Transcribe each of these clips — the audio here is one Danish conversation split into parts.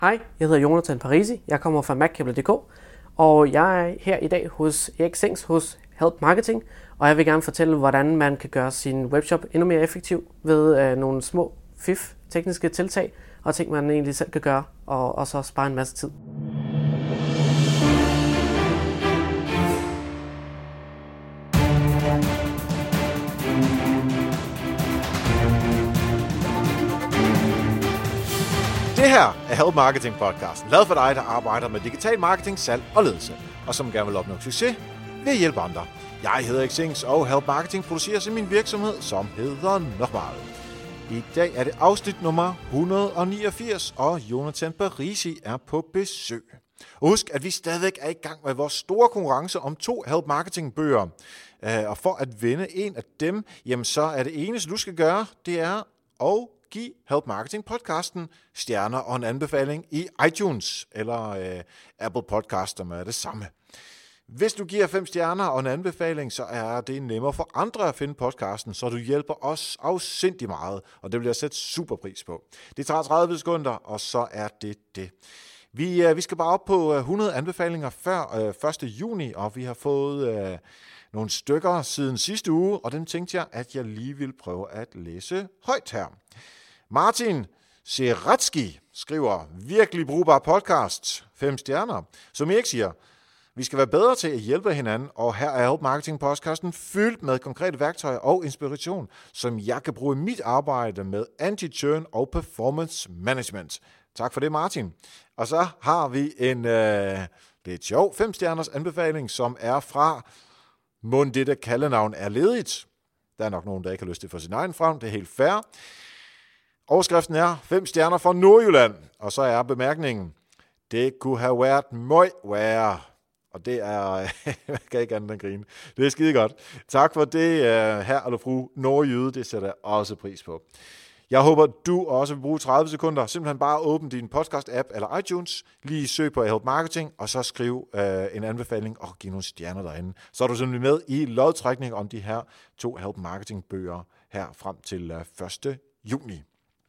Hej, jeg hedder Jonathan Parisi. Jeg kommer fra MacKabler.dk, og jeg er her i dag hos Erik Sings hos Help Marketing, og jeg vil gerne fortælle, hvordan man kan gøre sin webshop endnu mere effektiv ved nogle små tekniske tiltag og ting, man egentlig selv kan gøre, og så spare en masse tid. Det her er Help Marketing podcasten, lavet for dig, der arbejder med digital marketing, salg og ledelse, og som gerne vil opnå succes ved at hjælpe andre. Jeg hedder Erik Sings, og Help Marketing producerer til min virksomhed, som hedder Nochmal. I dag er det afsnit nummer 189, og Jonathan Parisi er på besøg. Husk, at vi stadigvæk er i gang med vores store konkurrence om 2 Help Marketing bøger. Og for at vinde en af dem, jamen så er det eneste, du skal gøre, det er at give Help Marketing podcasten stjerner og en anbefaling i iTunes eller Apple Podcast, som er det samme. Hvis du giver 5 stjerner og en anbefaling, så er det nemmere for andre at finde podcasten, så du hjælper os afsindig meget, og det vil jeg sætte super pris på. Det tager 30 sekunder, og så er det det. Vi skal bare op på 100 anbefalinger før 1. juni, og vi har fået nogle stykker siden sidste uge, og dem tænkte jeg, at jeg lige vil prøve at læse højt her. Martin Seretski skriver, virkelig brugbar podcast, 5 stjerner. Som Erik siger, vi skal være bedre til at hjælpe hinanden, og her er Help Marketing podcasten fyldt med konkrete værktøjer og inspiration, som jeg kan bruge i mit arbejde med anti-churn og performance management. Tak for det, Martin. Og så har vi en lidt sjov 5 stjerners anbefaling, som er fra Mund dette kaldenavn er ledigt. Der er nok nogen, der ikke har lyst til at få sin egen frem. Det er helt fair. Overskriften er 5 stjerner fra Nordjylland. Og så er bemærkningen, det kunne have været møg værre. Og det er, jeg kan ikke andet end grine. Det er skide godt. Tak for det, herr eller fru Nordjyde. Det sætter jeg også pris på. Jeg håber, du også vil bruge 30 sekunder. Simpelthen bare åbne din podcast-app eller iTunes. Lige søg på Help Marketing, og så skriv en anbefaling og giv nogle stjerner derinde. Så er du simpelthen med i lodtrækning om de her 2 Help Marketing-bøger her frem til 1. juni.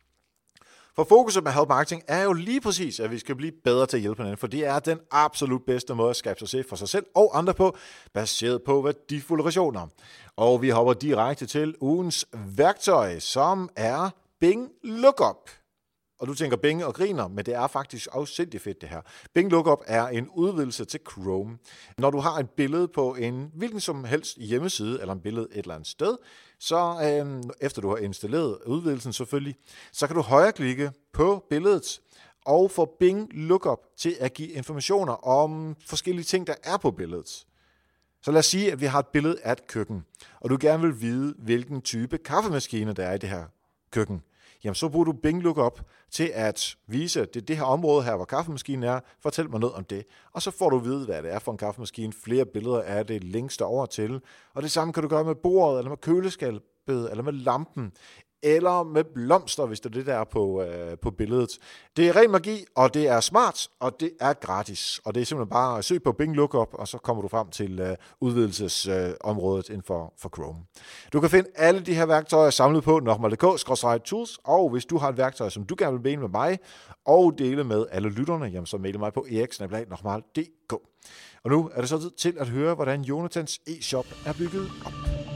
For fokuset med Help Marketing er jo lige præcis, at vi skal blive bedre til at hjælpe hinanden, for det er den absolut bedste måde at skabe succes for sig selv og andre på, baseret på værdifulde relationer. Og vi hopper direkte til ugens værktøj, som er Bing Lookup. Og du tænker Bing og griner, men det er faktisk afsindigt fedt det her. Bing Lookup er en udvidelse til Chrome. Når du har et billede på en hvilken som helst hjemmeside, eller et billede et eller andet sted, så efter du har installeret udvidelsen selvfølgelig, så kan du højreklikke på billedet og få Bing Lookup til at give informationer om forskellige ting, der er på billedet. Så lad os sige, at vi har et billede af et køkken, og du gerne vil vide, hvilken type kaffemaskine der er i det her køkken. Jamen, så bruger du Bing Lookup til at vise, at det her område her, hvor kaffemaskinen er, fortæl mig noget om det. Og så får du at vide, hvad det er for en kaffemaskine, flere billeder af det, links derover til. Og det samme kan du gøre med bordet, eller med køleskabet, eller med lampen, eller med blomster, hvis det er det, der er på billedet. Det er ren magi, og det er smart, og det er gratis. Og det er simpelthen bare at søge på Bing Lookup, og så kommer du frem til udvidelsesområdet inden for Chrome. Du kan finde alle de her værktøjer samlet på nochmal.dk/tools, og hvis du har et værktøj, som du gerne vil dele med mig, og dele med alle lytterne, jamen så mail mig på erik@nochmal.dk. Og nu er det så tid til at høre, hvordan Jonathans e-shop er bygget op.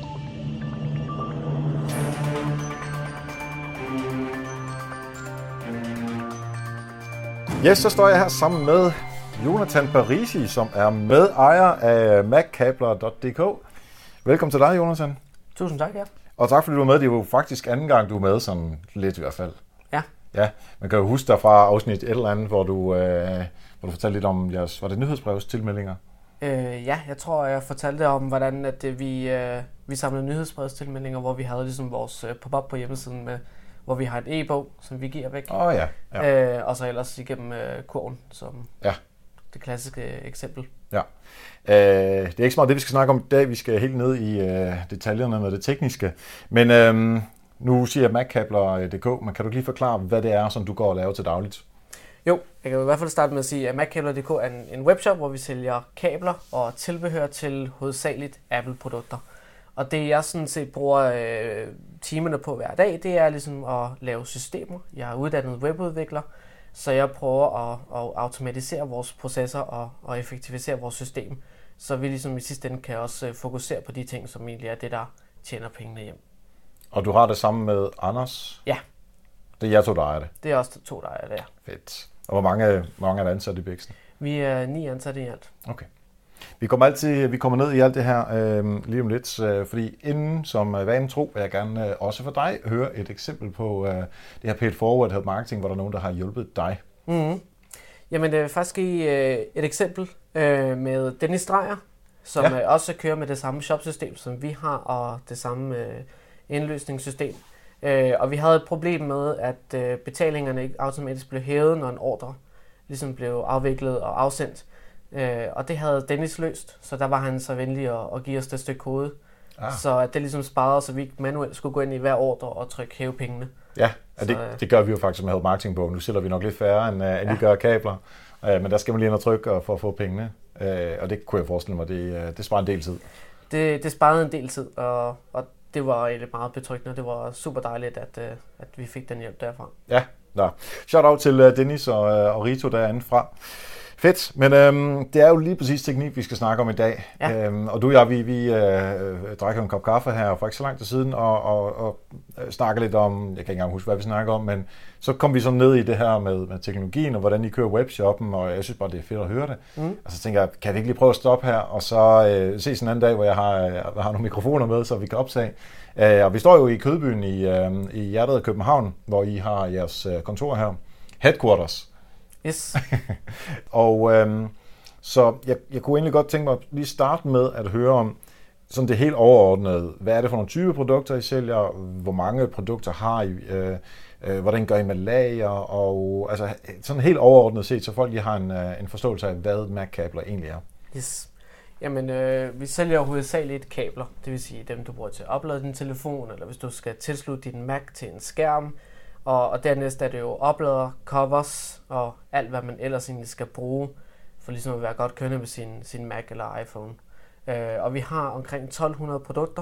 Yes, så står jeg her sammen med Jonathan Parisi, som er medejer af MacKabler.dk. Velkommen til dig, Jonathan. Tusind tak, ja. Og tak fordi du er med. Det er jo faktisk anden gang, du er med, sådan lidt i hvert fald. Ja. Ja, man kan jo huske dig fra afsnit et eller andet, hvor du fortalte lidt om jeres, var det nyhedsbrevstilmeldinger? Ja, jeg tror, jeg fortalte om, hvordan at vi samlede nyhedsbrevstilmeldinger, hvor vi havde ligesom vores pop-up på hjemmesiden med, hvor vi har et e-bog, som vi giver væk. Ja. Og så ellers igennem kurven, som det klassiske eksempel. Ja. Det er ikke så meget det, vi skal snakke om i dag. Vi skal helt ned i detaljerne med det tekniske. Men nu siger jeg MacKabler.dk, men kan du lige forklare, hvad det er, som du går og laver til dagligt? Jo, jeg kan i hvert fald starte med at sige, at MacKabler.dk er en webshop, hvor vi sælger kabler og tilbehør til hovedsageligt Apple-produkter. Og det jeg sådan set bruger timerne på hver dag, det er ligesom at lave systemer. Jeg er uddannet webudvikler, Så jeg prøver at automatisere vores processer og effektivisere vores system, så vi ligesom i sidste ende kan også fokusere på de ting, som egentlig er det, der tjener pengene hjem. Og du har det samme med Anders? Ja. Det er jer to, der ejer det? Det er også to, der ejer det, ja. Fedt. Og hvor mange er der ansat i Bixen? Vi er 9 ansatte i alt. Okay. Vi kommer ned i alt det her lige om lidt, fordi inden som vanen tro, vil jeg gerne også for dig høre et eksempel på det her paid forward help marketing, hvor der er nogen, der har hjulpet dig. Mm-hmm. Jamen det vil faktisk give et eksempel med Dennis Dreyer, som også kører med det samme shopsystem, som vi har, og det samme indløsningssystem. Og vi havde et problem med, at betalingerne ikke automatisk blev hævet, når en ordre ligesom blev afviklet og afsendt. Og det havde Dennis løst, så der var han så venlig at give os det stykke kode. Så at det ligesom sparede, så vi ikke manuelt skulle gå ind i hver ordre og trykke hæve pengene. Ja, det gør vi jo faktisk med Help Marketing på. Nu sælger vi nok lidt færre, end vi gør kabler. Men der skal man lige ind og trykke for at få pengene. Og det kunne jeg forestille mig, det sparer en del tid. Det sparede en del tid, og det var egentlig meget betryggende. Det var super dejligt, at vi fik den hjælp derfra. Ja, shout out til Dennis og Rito derinde fra. Fedt, men det er jo lige præcis teknik, vi skal snakke om i dag. Ja. Og du og jeg, vi drikker en kop kaffe her for ikke så lang tid siden, og snakker lidt om, jeg kan ikke engang huske, hvad vi snakker om, men så kom vi så ned i det her med teknologien, og hvordan I kører webshoppen, og jeg synes bare, det er fedt at høre det. Og så tænker jeg, kan vi ikke lige prøve at stoppe her, og så ses en anden dag, hvor jeg har nogle mikrofoner med, så vi kan optage. Og vi står jo i Kødbyen i hjertet af København, hvor I har jeres kontor her, headquarters. Yes. Og så jeg kunne egentlig godt tænke mig at lige starte med at høre om sådan det helt overordnede. Hvad er det for nogle type produkter, I sælger? Hvor mange produkter har I? Hvordan gør I med lager? Og altså sådan helt overordnet set, så folk lige har en forståelse af, hvad Mac-kabler egentlig er. Yes. Jamen, vi sælger hovedsageligt kabler. Det vil sige dem, du bruger til at oplade din telefon, eller hvis du skal tilslutte din Mac til en skærm. Og dernæst er det jo oplader, covers og alt, hvad man ellers egentlig skal bruge, for ligesom at være godt kørende med sin Mac eller iPhone. Og vi har omkring 1200 produkter,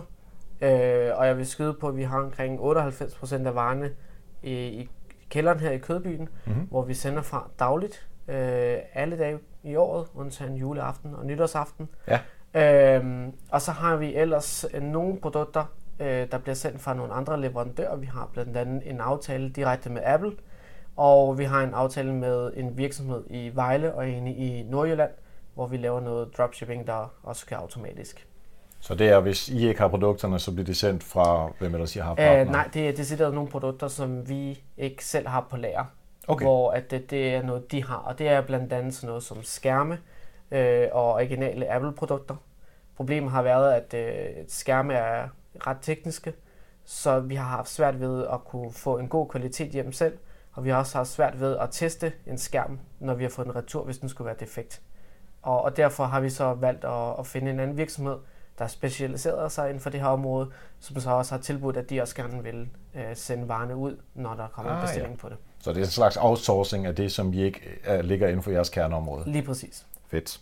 og jeg vil skyde på, at vi har omkring 98% af varerne i kælderen her i Kødbyen, hvor vi sender fra dagligt, alle dage i året, undtagen juleaften og nytårsaften. Ja. Og så har vi ellers nogle produkter, der bliver sendt fra nogle andre leverandører. Vi har blandt andet en aftale direkte med Apple, og vi har en aftale med en virksomhed i Vejle og en i Nordjylland, hvor vi laver noget dropshipping, der også kan automatisk. Så det er, hvis I ikke har produkterne, så bliver det sendt fra, hvem ellers I har partner? Nej, det er decideret nogle produkter, som vi ikke selv har på lager, hvor at det er noget, de har. Og det er blandt andet sådan noget som skærme og originale Apple-produkter. Problemet har været, at skærme er ret tekniske, så vi har haft svært ved at kunne få en god kvalitet hjem selv, og vi har også haft svært ved at teste en skærm, når vi har fået en retur, hvis den skulle være defekt. Og derfor har vi så valgt at finde en anden virksomhed, der specialiserer sig inden for det her område, som så også har tilbudt, at de også gerne vil sende varerne ud, når der kommer en bestilling på det. Så det er en slags outsourcing af det, som I ikke ligger inden for jeres kerneområde? Lige præcis. Fedt.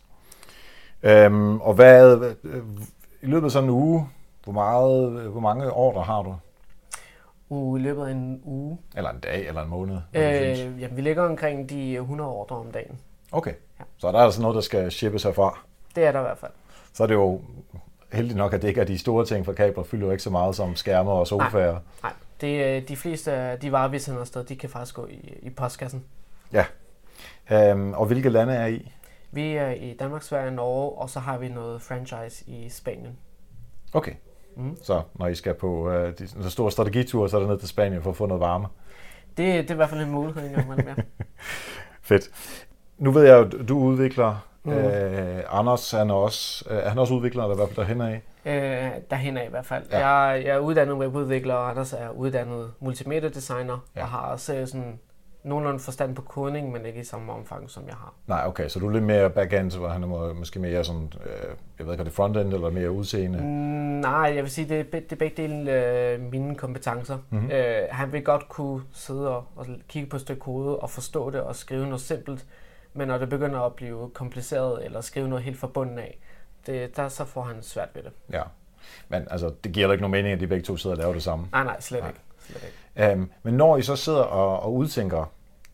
Og hvad i løbet af sådan en uge, hvor mange ordrer har du? I løbet af en uge. Eller en dag, eller en måned? Jamen, vi ligger omkring de 100 ordrer om dagen. Okay, ja. Så der er altså noget, der skal shippes herfra? Det er der i hvert fald. Så er det jo heldigt nok, at det ikke er de store ting, for kabler fylder jo ikke så meget som skærmer og sofaer. Nej. De fleste af de varer, vi sender afsted, de kan faktisk gå i postkassen. Ja. Og hvilke lande er I? Vi er i Danmark, Sverige og Norge, og så har vi noget franchise i Spanien. Okay. Så når I skal på de store strategiture, så er det ned til Spanien for at få noget varme? Det er i hvert fald en mulighed en gang imellem, ja. Fedt. Nu ved jeg jo, du udvikler. Anders, han er også udvikler, eller i hvert fald derhen af? Derhen af i hvert fald. Ja. Jeg er uddannet webudvikler, og Anders er uddannet multimedia-designer, og har også sådan nogenlunde forstand på kodning, men ikke i samme omfang, som jeg har. Nej, okay, så du er lidt mere back-end, hvor han er måske mere sådan, jeg ved ikke, er det front-end eller mere udseende? Nej, jeg vil sige, det er begge dele mine kompetencer. Han vil godt kunne sidde og kigge på et stykke kode og forstå det og skrive noget simpelt, men når det begynder at blive kompliceret eller skrive noget helt forbundet af, så får han svært ved det. Ja, men altså, det giver da ikke nogen mening, at de begge to sidder og laver det samme? Nej, slet ikke. Men når I så sidder og udtænker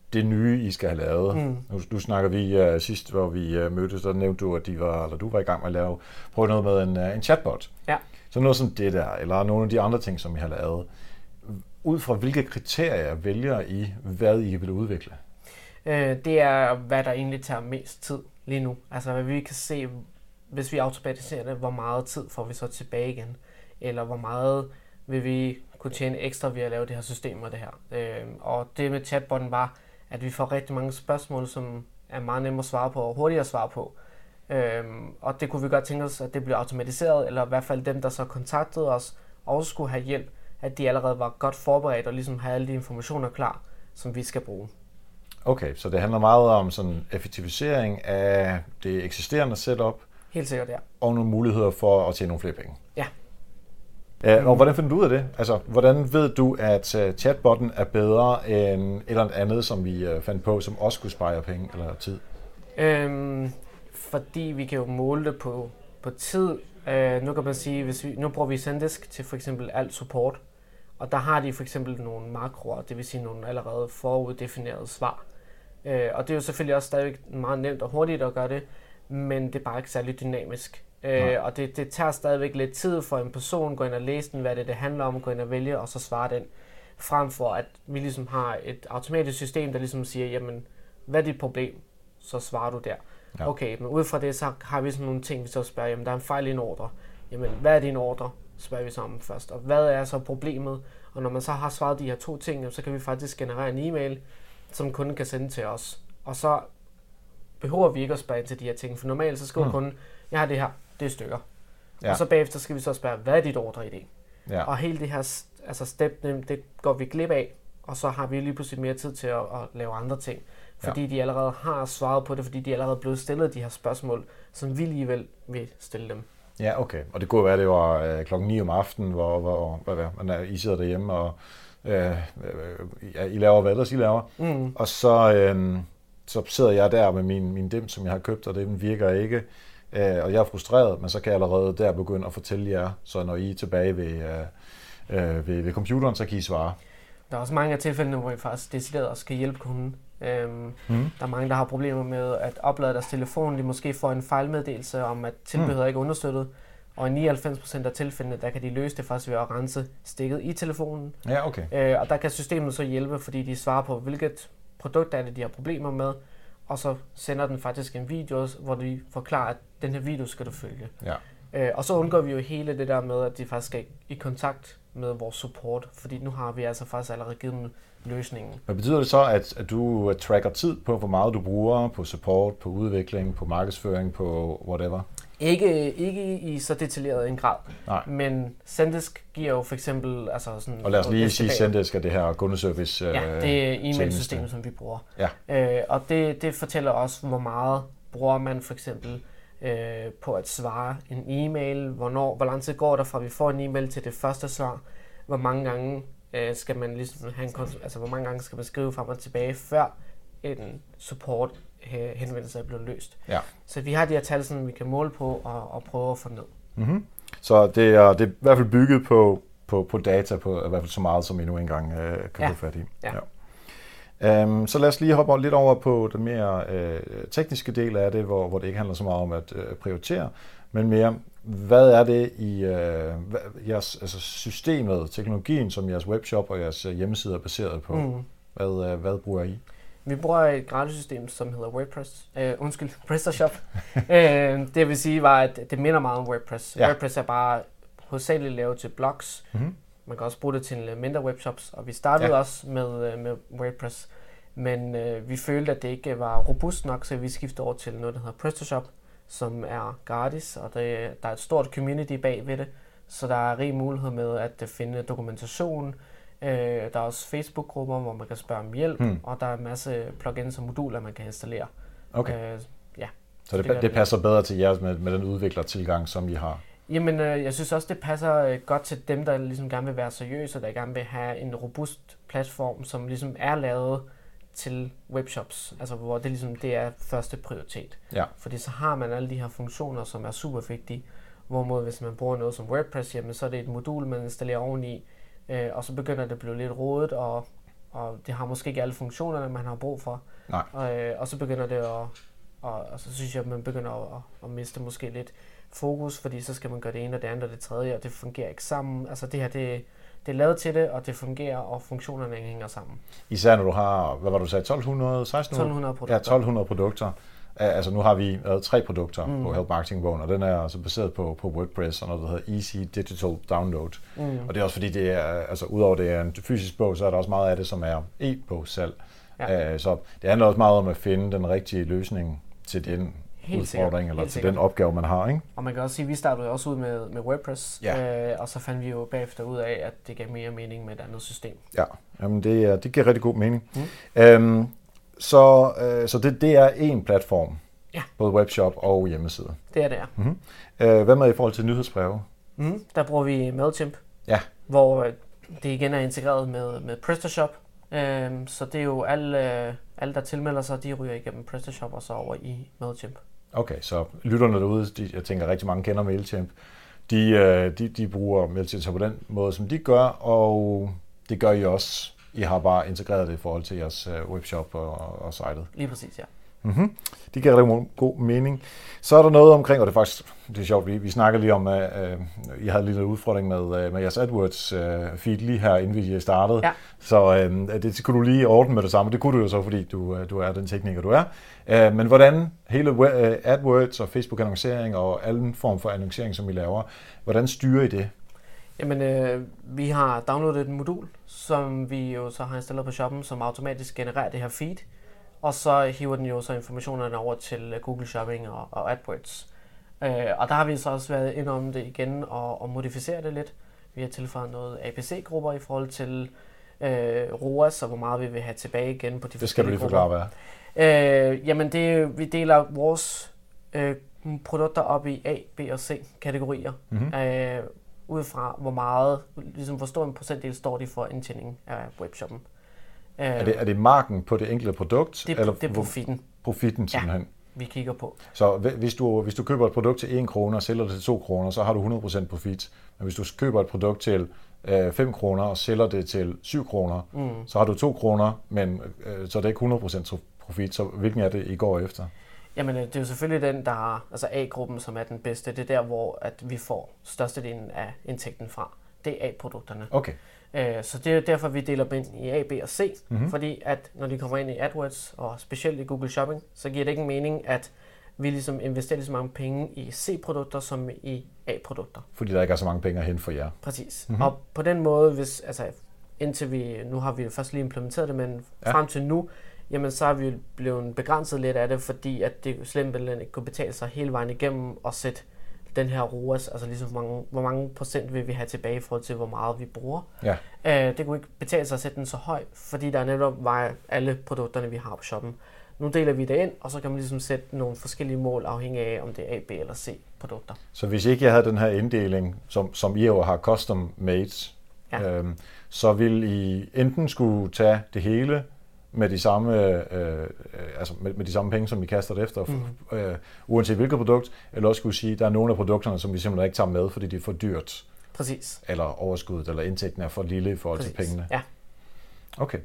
det nye, I skal have lavet. Nu snakker vi sidst, hvor vi mødtes, der nævnte du, at du var i gang med at prøve noget med en chatbot. Ja. Så noget som det der, eller nogle af de andre ting, som I har lavet. Ud fra hvilke kriterier vælger I, hvad I vil udvikle? Det er, hvad der egentlig tager mest tid lige nu. Altså, hvad vi kan se, hvis vi automatiserer det, hvor meget tid får vi så tilbage igen? Eller hvor meget vil vi kunne tjene ekstra ved at lave det her system og det her? Og det med chatbotten var, at vi får rigtig mange spørgsmål, som er meget nemme at svare på og hurtigere at svare på. Og det kunne vi godt tænke os, at det blev automatiseret, eller i hvert fald dem, der så kontaktede os, også skulle have hjælp, at de allerede var godt forberedt og ligesom have alle de informationer klar, som vi skal bruge. Okay, så det handler meget om sådan effektivisering af det eksisterende setup. Helt sikkert, ja. Og nogle muligheder for at tjene nogle flere penge. Ja. Og hvordan finder du ud af det? Altså, hvordan ved du, at chatbotten er bedre end et eller andet, som vi fandt på, som også kunne spare penge eller tid? Fordi vi kan jo måle det på tid. Nu kan man sige, nu bruger vi Zendesk til for eksempel alt support, og der har de for eksempel nogle makroer, det vil sige nogle allerede foruddefinerede svar. Og det er jo selvfølgelig også stadig meget nemt og hurtigt at gøre det, men det er bare ikke særlig dynamisk. Og det tager stadigvæk lidt tid for en person at gå ind og læse den, hvad det handler om, gå ind og vælge, og så svare den, frem for at vi ligesom har et automatisk system, der ligesom siger, jamen, hvad er dit problem? Så svarer du der. Ja. Okay, men ud fra det, så har vi sådan nogle ting, vi så spørger, jamen, der er en fejl i en ordre. Jamen, hvad er din ordre? Spørger vi så om først. Og hvad er så problemet? Og når man så har svaret de her 2 ting, så kan vi faktisk generere en e-mail, som kunden kan sende til os. Og så behøver vi ikke at spørge ind til de her ting, for normalt så skriver kunden, jeg har det her, det er stykker. Ja. Og så bagefter skal vi så spørge, hvad er dit ordreidé? Ja. Og hele det her step, det går vi glip af, og så har vi lige pludselig mere tid til at lave andre ting. Fordi de allerede har svaret på det, fordi de allerede er blevet stillet de her spørgsmål, som vi alligevel vil stille dem. Ja, okay. Og det kunne være, det var klokken 9 om aftenen, hvor I sidder derhjemme, og I laver, hvad ellers I laver. Og så sidder jeg der med min dim, som jeg har købt, og den virker ikke. Og jeg er frustreret, men så kan jeg allerede der begynde at fortælle jer, så når I er tilbage ved computeren, så kan I svare. Der er også mange af tilfældene, hvor I faktisk decideret også skal hjælpe kunden. Der er mange, der har problemer med at oplade deres telefon. De måske får en fejlmeddelelse om, at tilbehøret ikke er understøttet. Og i 99% af tilfældene, der kan de løse det faktisk ved at rense stikket i telefonen. Ja, okay. Og der kan systemet så hjælpe, fordi de svarer på, hvilket produkt er det, de har problemer med. Og så sender den faktisk en video, hvor de forklarer, at den her video skal du følge. Ja. Og så undgår vi jo hele det der med, at de faktisk skal i kontakt med vores support, fordi nu har vi altså faktisk allerede givet dem løsningen. Hvad betyder det så, at du tracker tid på, hvor meget du bruger på support, på udvikling, på markedsføring, på whatever? Ikke i så detaljeret en grad. Nej. Men Zendesk giver jo for eksempel altså sådan. Og lad os lige sige, Zendesk er det her kundeservice. Ja, det er e-mailsystemet, som vi bruger. Ja. Og det fortæller også, hvor meget bruger man for eksempel på at svare en e-mail, hvor lang tid går der fra vi får en e-mail til det første svar, hvor mange gange skal man ligesom have hvor mange gange skal man skrive frem og tilbage, før en support henvendelse er blevet løst. Ja. Så vi har de her tal, som vi kan måle på og prøve at få ned. Mm-hmm. Så det er i hvert fald bygget på data, på i hvert fald så meget, som I nu engang kan få fat i. Ja. Ja. Så lad os lige hoppe lidt over på den mere tekniske del af det, hvor det ikke handler så meget om at prioritere, men mere, hvad er det i jeres systemet, teknologien, som jeres webshop og jeres hjemmeside er baseret på? Hvad bruger I? Vi bruger et gratis system, som hedder WordPress. PrestaShop. Det vil sige, at det minder meget om WordPress. Ja. WordPress er bare hovedsageligt lavet til blogs. Mm-hmm. Man kan også bruge det til mindre webshops, og vi startede også med WordPress. Men vi følte, at det ikke var robust nok, så vi skiftede over til noget, der hedder PrestaShop, som er gratis, og der er et stort community bag ved det, så der er rig mulighed med at finde dokumentation. Der er også Facebook-grupper, hvor man kan spørge om hjælp, og der er en masse plugins og moduler, man kan installere. Okay. Så det passer bedre til jer med den udviklertilgang, som I har? Jamen, jeg synes også, det passer godt til dem, der ligesom gerne vil være seriøse, og der gerne vil have en robust platform, som ligesom er lavet til webshops, altså hvor det er første prioritet. Ja. Fordi så har man alle de her funktioner, som er super vigtige, hvorimod hvis man bruger noget som WordPress, jamen, så er det et modul, man installerer oveni, og så begynder det at blive lidt rodet, og og det har måske ikke alle funktionerne, man har brug for. Nej. Og så begynder det og så synes jeg, at man begynder at miste måske lidt fokus, fordi så skal man gøre det ene og det andet og det tredje, og det fungerer ikke sammen. Altså det her, det er lavet til det, og det fungerer, og funktionerne hænger sammen. Især når du har, hvad var du sagde, 1200, 1600? 1200 produkter. Ja, 1200 produkter. Altså nu har vi 3 produkter på Help Marketing-bogen, og den er altså baseret på WordPress og noget, der hedder Easy Digital Download. Og det er også fordi, det er, altså udover det er en fysisk bog, så er der også meget af det, som er e-bogssalg. Ja. Så det handler også meget om at finde den rigtige løsning til den udfordring, eller til den opgave, man har, ikke? Og man kan også sige, at vi startede også ud med WordPress, og så fandt vi jo bagefter ud af, at det gav mere mening med et andet system. Ja, jamen det giver rigtig god mening. Så det er én platform, både webshop og hjemmeside. Det er det, Hvad med i forhold til nyhedsbreve? Der bruger vi MailChimp, hvor det igen er integreret med PrestaShop. Så det er jo alle, der tilmelder sig, de ryger igennem PrestaShop og så over i MailChimp. Okay, så lytterne derude, jeg tænker rigtig mange kender MailChimp, de bruger MailChimp på den måde, som de gør, og det gør I også. I har bare integreret det i forhold til jeres webshop og sitet. Lige præcis, ja. Det giver rigtig god mening. Så er der noget omkring, og det er faktisk det er sjovt, vi snakker lige om, I havde en lille udfordring med jeres AdWords feed lige her, inden vi startede. Ja. Så det kunne du lige ordne med det samme. Det kunne du jo så, fordi du er den tekniker, du er. Men hvordan hele AdWords og Facebook-annoncering og alle form for annoncering, som I laver, hvordan styrer I det? Jamen, vi har downloadet et modul, som vi jo så har installeret på shoppen, som automatisk genererer det her feed. Og så hiver den jo så informationerne over til Google Shopping og AdWords. Og der har vi så også været inde om det igen og modificere det lidt. Vi har tilføjet noget APC-grupper i forhold til ROAS, og hvor meget vi vil have tilbage igen på de forskellige grupper. Det skal du lige forklare, hvad? Jamen, vi deler vores produkter op i A, B og C kategorier. Ud fra hvor stor en procentdel står de for indtjening af webshoppen. Er det marken på det enkelte produkt? Det er profitten. Profitten simpelthen. Vi kigger på. Så hvis du køber et produkt til 1 kroner og sælger det til 2 kroner, så har du 100% profit. Men hvis du køber et produkt til 5 kroner og sælger det til 7 kroner, så har du 2 kroner, men så er det ikke 100% profit. Så hvilken er det, I går efter? Jamen, det er jo selvfølgelig den, der har, altså A-gruppen, som er den bedste. Det er der, hvor at vi får størstedelen af indtægten fra. Det er A-produkterne. Okay. Så det er derfor, vi deler dem ind i A, B og C. Fordi at når de kommer ind i AdWords, og specielt i Google Shopping, så giver det ikke mening, at vi ligesom investerer lige så mange penge i C-produkter som i A-produkter. Fordi der ikke er så mange penge at hente for jer. Præcis. Og på den måde, nu har vi først lige implementeret det, men frem til nu, jamen så har vi blevet begrænset lidt af det, fordi at det simpelthen ikke kunne betale sig hele vejen igennem og sætte den her ROAS, altså ligesom hvor mange procent vil vi have tilbage i forhold til, hvor meget vi bruger. Ja. Det kunne ikke betale sig at sætte den så høj, fordi der netop var alle produkterne, vi har på shoppen. Nu deler vi det ind, og så kan man ligesom sætte nogle forskellige mål afhængig af, om det er A, B eller C produkter. Så hvis ikke jeg havde den her inddeling, som I jo har custom made, så vil I enten skulle tage det hele med de samme, med de samme penge, som vi kaster det efter, uanset hvilket produkt, eller også skulle sige, at der er nogle af produkterne, som vi simpelthen ikke tager med, fordi det er for dyrt. Præcis. Eller overskuddet, eller indtægten er for lille i forhold til pengene. Ja. Okay.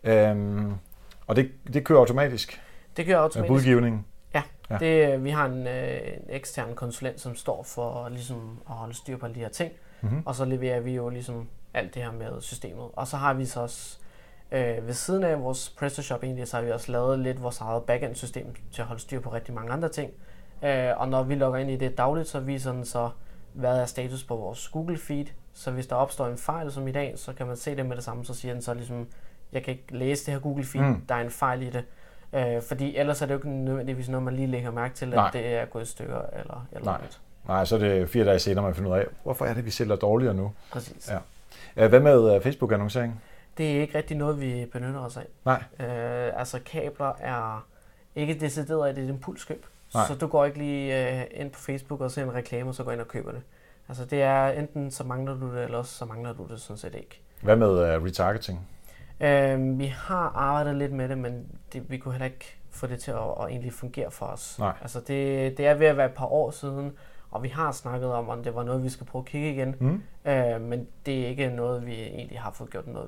Og det kører automatisk? Det kører automatisk. Med budgivning? Ja. Vi har en ekstern konsulent, som står for ligesom at holde styr på alle de her ting, og så leverer vi jo ligesom alt det her med systemet. Og så har vi så også ved siden af vores PrestaShop egentlig, så har vi også lavet lidt vores eget backend-system til at holde styr på rigtig mange andre ting. Og når vi logger ind i det dagligt, så viser den så, hvad er status på vores Google Feed. Så hvis der opstår en fejl som i dag, så kan man se det med det samme, så siger den så ligesom, jeg kan ikke læse det her Google Feed, der er en fejl i det. Fordi ellers er det jo ikke nødvendigvis noget, man lige lægger mærke til, at det er gået i stykker eller noget. Nej, så er det 4 dage senere, man finder ud af, hvorfor er det, vi sælger dårligere nu? Præcis. Ja. Hvad med Facebook-annoncering? Det er ikke rigtig noget, vi benytter os af. Nej. Kabler er ikke decideret i et impulskøb. Nej. Så du går ikke lige ind på Facebook og ser en reklame, og så går ind og køber det. Altså det er enten så mangler du det, eller også så mangler du det sådan set ikke. Hvad med retargeting? Vi har arbejdet lidt med det, men vi kunne heller ikke få det til at egentlig fungere for os. Nej. Altså det er ved at være et par år siden, og vi har snakket om det var noget, vi skal prøve at kigge igen. Men det er ikke noget, vi egentlig har fået gjort noget ved.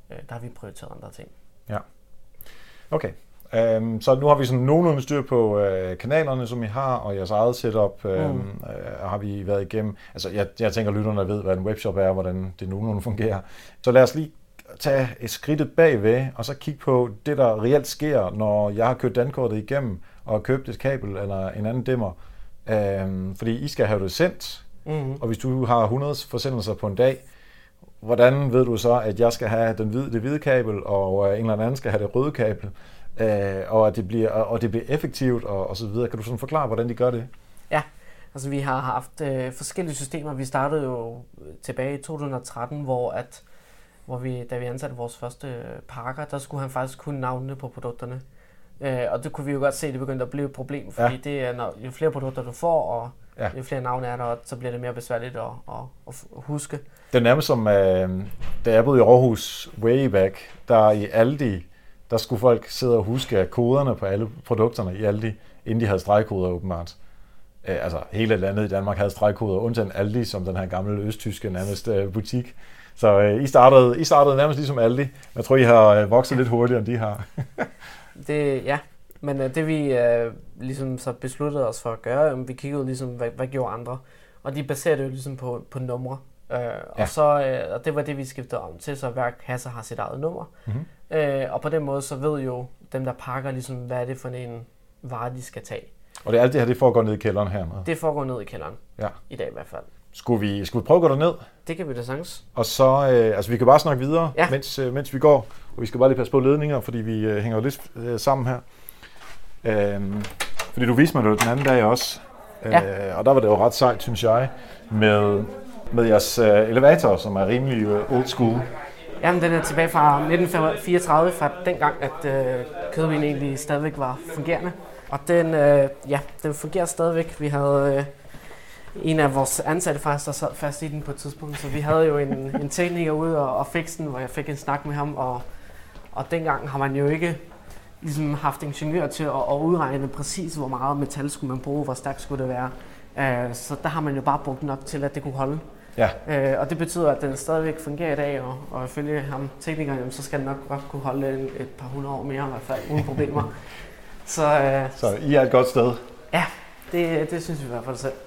der har vi prioriteret andre ting. Ja. Okay. Så nu har vi sådan nogenlunde styr på kanalerne, som I har, og jeres eget setup har vi været igennem. Altså, jeg tænker, at lytterne ved, hvad en webshop er, og hvordan det nogenlunde fungerer. Så lad os lige tage et skridt bagved, og så kigge på det, der reelt sker, når jeg har kørt dankortet igennem, og har købt et kabel eller en anden dimmer. Fordi I skal have det sendt, og hvis du har 100 forsendelser på en dag, hvordan ved du så, at jeg skal have det hvide kabel, og en eller anden skal have det røde kabel, og at det bliver effektivt og så videre. Kan du sådan forklare, hvordan de gør det? Ja, altså vi har haft forskellige systemer. Vi startede jo tilbage i 2013, hvor vi, da vi ansatte vores første pakker, der skulle han faktisk kunne navnene på produkterne. Og det kunne vi jo godt se, det begyndte at blive et problem, fordi det er, jo flere produkter du får, og jo flere navne er der, så bliver det mere besværligt at huske. Det er nærmest som, da jeg boede i Aarhus way back, der i Aldi, der skulle folk sidde og huske koderne på alle produkterne i Aldi, inden de havde stregkoder åbenbart. Altså hele landet i Danmark havde stregkoder, undtagen Aldi, som den her gamle østtyske nærmest butik. Så I startede nærmest ligesom Aldi. Jeg tror, I har vokset lidt hurtigere, end de har. Men det vi ligesom så besluttede os for at gøre, vi kiggede ligesom, hvad gjorde andre. Og de baserede jo ligesom på numre. Og det var det, vi skiftede om til, så hver kasse har sit eget nummer. Og på den måde, så ved jo dem, der pakker, ligesom, hvad er det for en vare, de skal tage. Og det er alt det her, det foregår ned i kælderen her? Det foregår ned i kælderen, i dag i hvert fald. Skulle vi prøve at gå derned? Det kan vi da sagtens. Og så, vi kan bare snakke videre, mens vi går. Og vi skal bare lige passe på ledninger, fordi vi hænger lidt sammen her. Fordi du viste mig det den anden dag også. Og der var det jo ret sejt, synes jeg, med jeres elevator, som er rimelig old school. Jamen, den er tilbage fra 1934, fra dengang, at kødvin egentlig stadigvæk var fungerende. Og den fungerer stadigvæk. Vi havde en af vores ansatte faktisk, der sad fast i den på et tidspunkt, så vi havde jo en tekniker ude og fikse den, hvor jeg fik en snak med ham, og dengang har man jo ikke ligesom haft ingeniør til at udregne præcis, hvor meget metal skulle man bruge, hvor stærkt skulle det være. Så der har man jo bare brugt nok til, at det kunne holde. Ja. Og det betyder, at den stadigvæk fungerer i dag, og ifølge ham, teknikeren, så skal den nok godt kunne holde et par 100 år mere i hvert fald, uden problemer. Så I er et godt sted? Ja, det synes vi i hvert fald selv.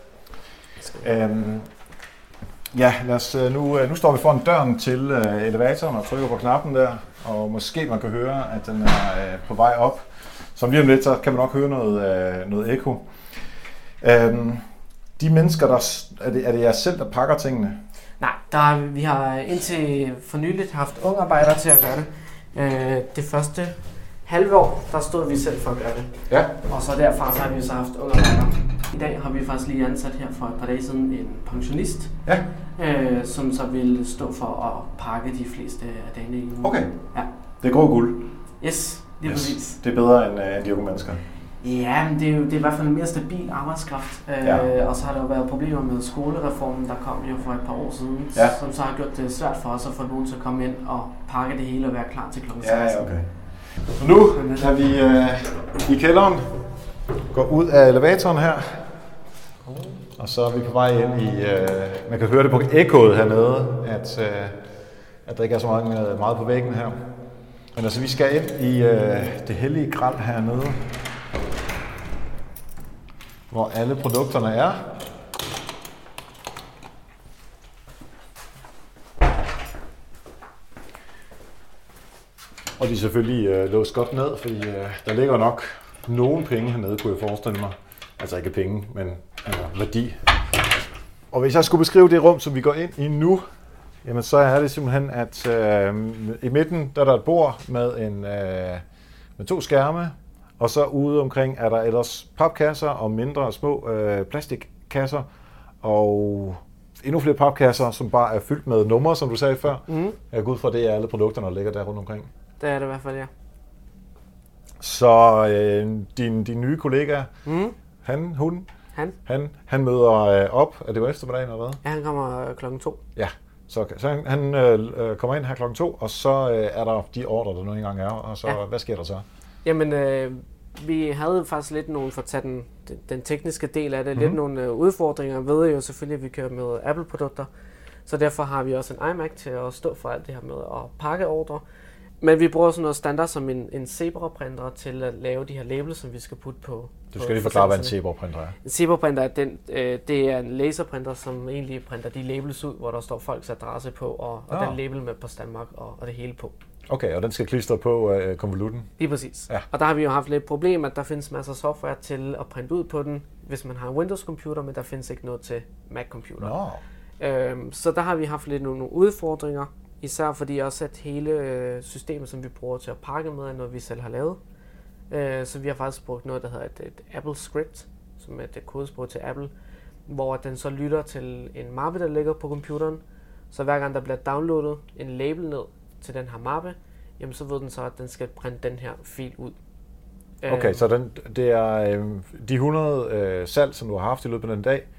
Lad os, nu står vi foran døren til elevatoren og trykker på knappen der, og måske man kan høre, at den er på vej op. Så lige om lidt, så kan man nok høre noget ekko. De mennesker, er det jer selv, der pakker tingene? Nej, vi har indtil for nyligt haft unge arbejdere til at gøre det. Det første halve år, der stod vi selv for at gøre det. Ja. Og så derfra så har vi så haft unge arbejdere. I dag har vi faktisk lige ansat her for et par dage siden en pensionist, som så vil stå for at pakke de fleste af dagene i ugen. Okay, det er grå guld. Yes, lige præcis. Det er bedre end de unge mennesker. Ja, men det er i hvert fald en mere stabil arbejdskraft. Og så har der jo været problemer med skolereformen, der kom jo for et par år siden, som så har gjort det svært for os at få nogen til at komme ind og pakke det hele og være klar til klokken 16. Ja, okay. Så nu er vi i kælderen, går ud af elevatoren her, og så er vi på vej ind i, man kan høre det på ekkoet hernede, at der ikke er så meget på væggen her. Men altså, vi skal ind i det hellige gral hernede, hvor alle produkterne er. Og de er selvfølgelig låst godt ned, fordi der ligger nok nogle penge hernede, kunne jeg forestille mig. Altså ikke penge, men værdi. Og hvis jeg skulle beskrive det rum, som vi går ind i nu, jamen så er det simpelthen, at i midten der er der et bord med 2 skærme, og så ude omkring er der ellers papkasser og mindre små plastikkasser, og endnu flere papkasser, som bare er fyldt med numre, som du sagde før. Jeg går ud fra, det er alle produkterne, der ligger der rundt omkring. Det er det i hvert fald, ja. Så din nye kollega, han møder op. Er det jo eftermiddagen eller hvad? Ja, han kommer klokken 2. Ja, så han kommer ind her klokken 2, og så er der de ordre, der nu engang er. Og så, hvad sker der så? Jamen, vi havde faktisk lidt nogle, for at tage den tekniske del af det, lidt nogle udfordringer. Ved jo selvfølgelig, at vi kører med Apple-produkter. Så derfor har vi også en iMac til at stå for alt det her med at pakke ordre. Men vi bruger sådan noget standard som en Zebra-printer til at lave de her labels, som vi skal putte på. Du skal lige forklare, hvad en Zebra-printer er. En Zebra-printer det er en laserprinter, som egentlig printer de labels ud, hvor der står folks adresse på, og den label med Post Danmark og det hele på. Okay, og den skal klistre på konvolutten? Lige præcis. Ja. Og der har vi jo haft lidt problem, at der findes masser af software til at printe ud på den, hvis man har en Windows-computer, men der findes ikke noget til Mac-computer. Så der har vi haft lidt nogle udfordringer, især fordi også at hele systemet, som vi bruger til at pakke med, er noget, vi selv har lavet. Så vi har faktisk brugt noget, der hedder et Apple Script, som er et kodesprog til Apple, hvor den så lytter til en mappe, der ligger på computeren. Så hver gang der bliver downloadet en label ned til den her mappe, jamen så ved den så, at den skal printe den her fil ud. Okay, så det er de 100 salg, som du har haft i løbet af den dag.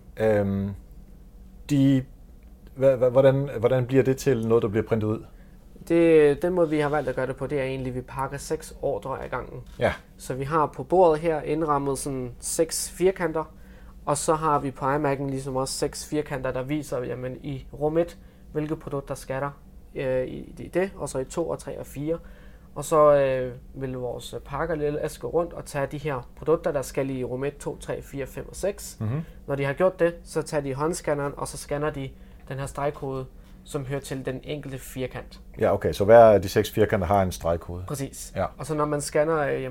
Hvordan bliver det til noget, der bliver printet ud? Den måde, vi har valgt at gøre det på, det er egentlig, at vi pakker 6 ordre ad gangen. Ja. Så vi har på bordet her indrammet sådan 6 firkanter, og så har vi på iMac'en ligesom også 6 firkanter, der viser, jamen i rum 1, hvilke produkter skal der i det, og så i 2 og 3 og 4. Og så vil vores pakker LS gå rundt og tage de her produkter, der skal i rum 1, 2, 3, 4, 5 og 6. Mm-hmm. Når de har gjort det, så tager de håndscanneren, og så scanner de den her stregkode, som hører til den enkelte firkant. Ja, okay, så hver af de 6 firkanter har en stregkode. Præcis. Ja. Og så når man scanner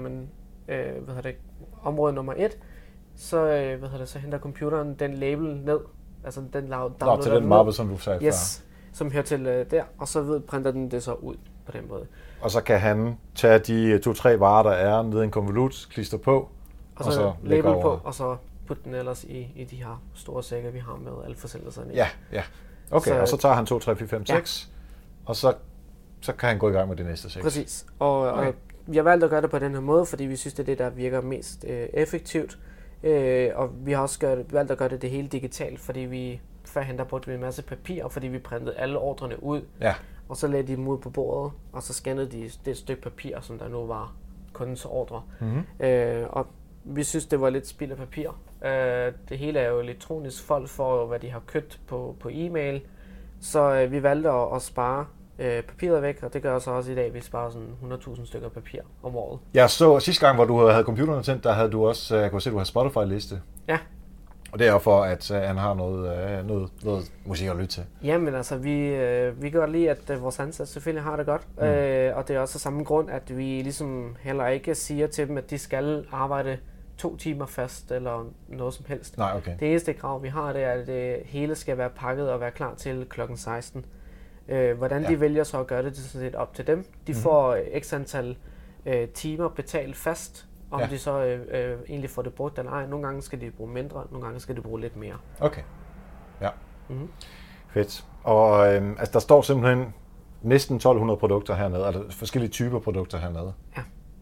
område nummer 1, så, så henter computeren den label ned. Altså den downloader til den mappe, som du sagde før. Som hører til der, og så printer den det så ud på den måde. Og så kan han tage de 2-3 varer, der er nede i en konvolut, klister på, og så label på, og så putte den ellers i de her store sækker, vi har med alle forsendelserne i. Ja. Okay, og så tager han 2, 3, 4, 5, 6, og så kan han gå i gang med det næste 6. Præcis. Og vi har valgt at gøre det på den her måde, fordi vi synes, det er det, der virker mest effektivt. Og vi har også valgt at gøre det hele digitalt, fordi vi førhen der brugte vi en masse papir, fordi vi printede alle ordrene ud. Ja. Og så lagde de dem ud på bordet, og så scannede de det stykke papir, som der nu var kundens ordre. Mm-hmm. Og vi synes, det var lidt spild af papir. Det hele er jo elektronisk. Folk får, hvad de har købt på e-mail. Så vi valgte at spare papiret væk, og det gør så også i dag, at vi sparer sådan 100.000 stykker papir om året. Ja, så sidste gang, hvor du havde computeren tændt, der havde du også, jeg kunne se, du har Spotify-liste. Ja. Og det er jo for, at han har noget musik at lytte til. Jamen altså, vi gør lige, at vores ansatte selvfølgelig har det godt. Og det er også af samme grund, at vi ligesom heller ikke siger til dem, at de skal arbejde 2 timer fast eller noget som helst. Nej, okay. Det eneste krav, vi har, det er, at det hele skal være pakket og være klar til klokken 16. Hvordan de vælger så at gøre det, det er sådan set op til dem. De får x antal timer betalt fast, om de så egentlig får det brugt eller ej. Nogle gange skal de bruge mindre, nogle gange skal de bruge lidt mere. Okay, ja. Mm-hmm. Fedt. Og altså, der står simpelthen næsten 1200 produkter hernede, altså forskellige typer produkter hernede. Ja.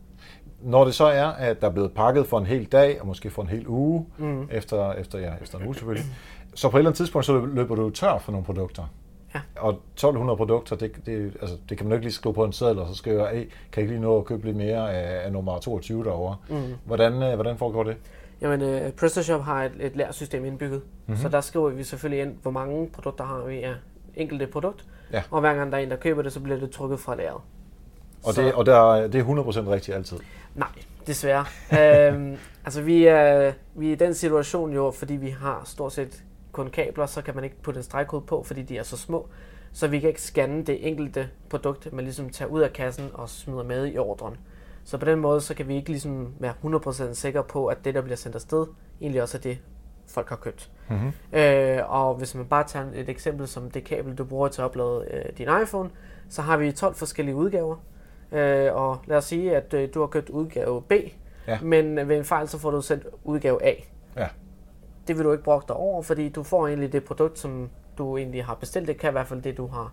Når det så er, at der er blevet pakket for en hel dag, og måske for en hel uge, efter en uge selvfølgelig, så på et eller andet tidspunkt, så løber du tør for nogle produkter. Ja. Og 1200 produkter, det kan man ikke lige skrive på en seddel, og så skriver jeg, kan jeg ikke lige nå at købe lidt mere af nummer 22 derovre. Hvordan foregår det? Jamen, PrestaShop har et lærsystem indbygget, så der skriver vi selvfølgelig ind, hvor mange produkter har vi af enkelte produkt, og hver gang der er en, der køber det, så bliver det trukket fra lageret. Og det er 100% rigtigt altid? Nej, desværre. Altså vi er i den situation jo, fordi vi har stort set kun kabler, så kan man ikke putte en stregkode på, fordi de er så små. Så vi kan ikke scanne det enkelte produkt, man ligesom tager ud af kassen og smider med i ordren. Så på den måde, så kan vi ikke ligesom være 100% sikre på, at det, der bliver sendt afsted, egentlig også er det, folk har købt. Mm-hmm. Og hvis man bare tager et eksempel som det kabel, du bruger til at oplade din iPhone, så har vi 12 forskellige udgaver. Og lad os sige, at du har købt udgave B, men ved en fejl, så får du sendt udgave A. Ja. Det vil du ikke bruge dig over, fordi du får egentlig det produkt, som du egentlig har bestilt. Det kan i hvert fald det, du har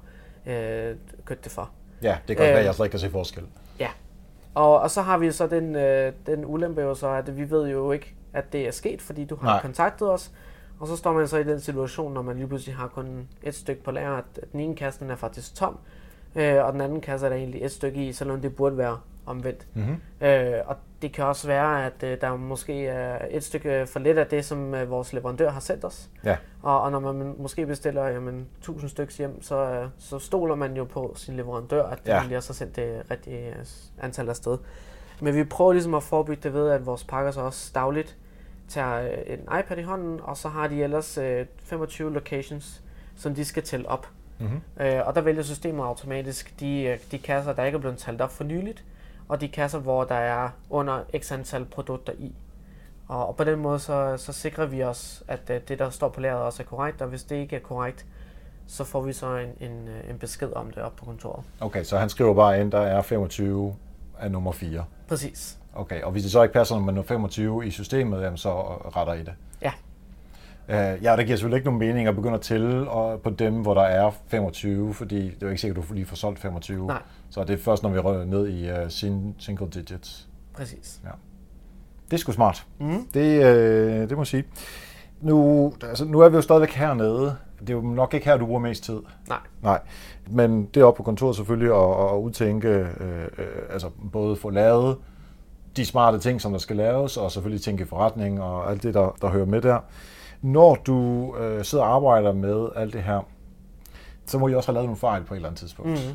købt det for. Ja, det kan være, at jeg slet ikke kan se forskel. Ja, og så har vi så den ulempe jo så, at vi ved jo ikke, at det er sket, fordi du har kontaktet os. Og så står man så i den situation, når man lige pludselig har kun et stykke på lager, at den ene kasse er faktisk tom, og den anden kasse er der egentlig et stykke i, selvom det burde være omvendt. Og det kan også være, at der måske er et stykke for lidt af det, som vores leverandør har sendt os. Ja. Og når man måske bestiller 1000 stykker hjem, så stoler man jo på sin leverandør, at den lige har så sendt det rigtige antal af sted. Men vi prøver ligesom at forebygge det ved, at vores pakker så også dagligt tager en iPad i hånden, og så har de ellers 25 locations, som de skal tælle op. Og der vælger systemet automatisk de kasser, der ikke er blevet talt op for nyligt, og de kasser, hvor der er under x antal produkter i. Og på den måde så sikrer vi os, at det, der står på lageret, også er korrekt, og hvis det ikke er korrekt, så får vi så en besked om det op på kontoret. Okay, så han skriver bare ind, der er 25 af nummer 4. Præcis. Okay, og hvis det så ikke passer med nummer 25 i systemet, jamen, så retter I det? Ja. Ja, det giver selvfølgelig ikke nogen mening at begynde at tælle på dem, hvor der er 25, fordi det er jo ikke sikkert, at du lige får solgt 25. Nej. Så det er først, når vi rører ned i single digits. Præcis. Ja. Det er sgu smart. Det må jeg sige. Nu er vi jo stadigvæk hernede. Det er jo nok ikke her, du bruger mest tid. Nej. Men det er oppe på kontoret selvfølgelig at udtænke, altså både få lavet de smarte ting, som der skal laves, og selvfølgelig tænke forretning og alt det, der hører med der. Når du sidder og arbejder med alt det her, så må I også have lavet nogle fejl på et eller andet tidspunkt.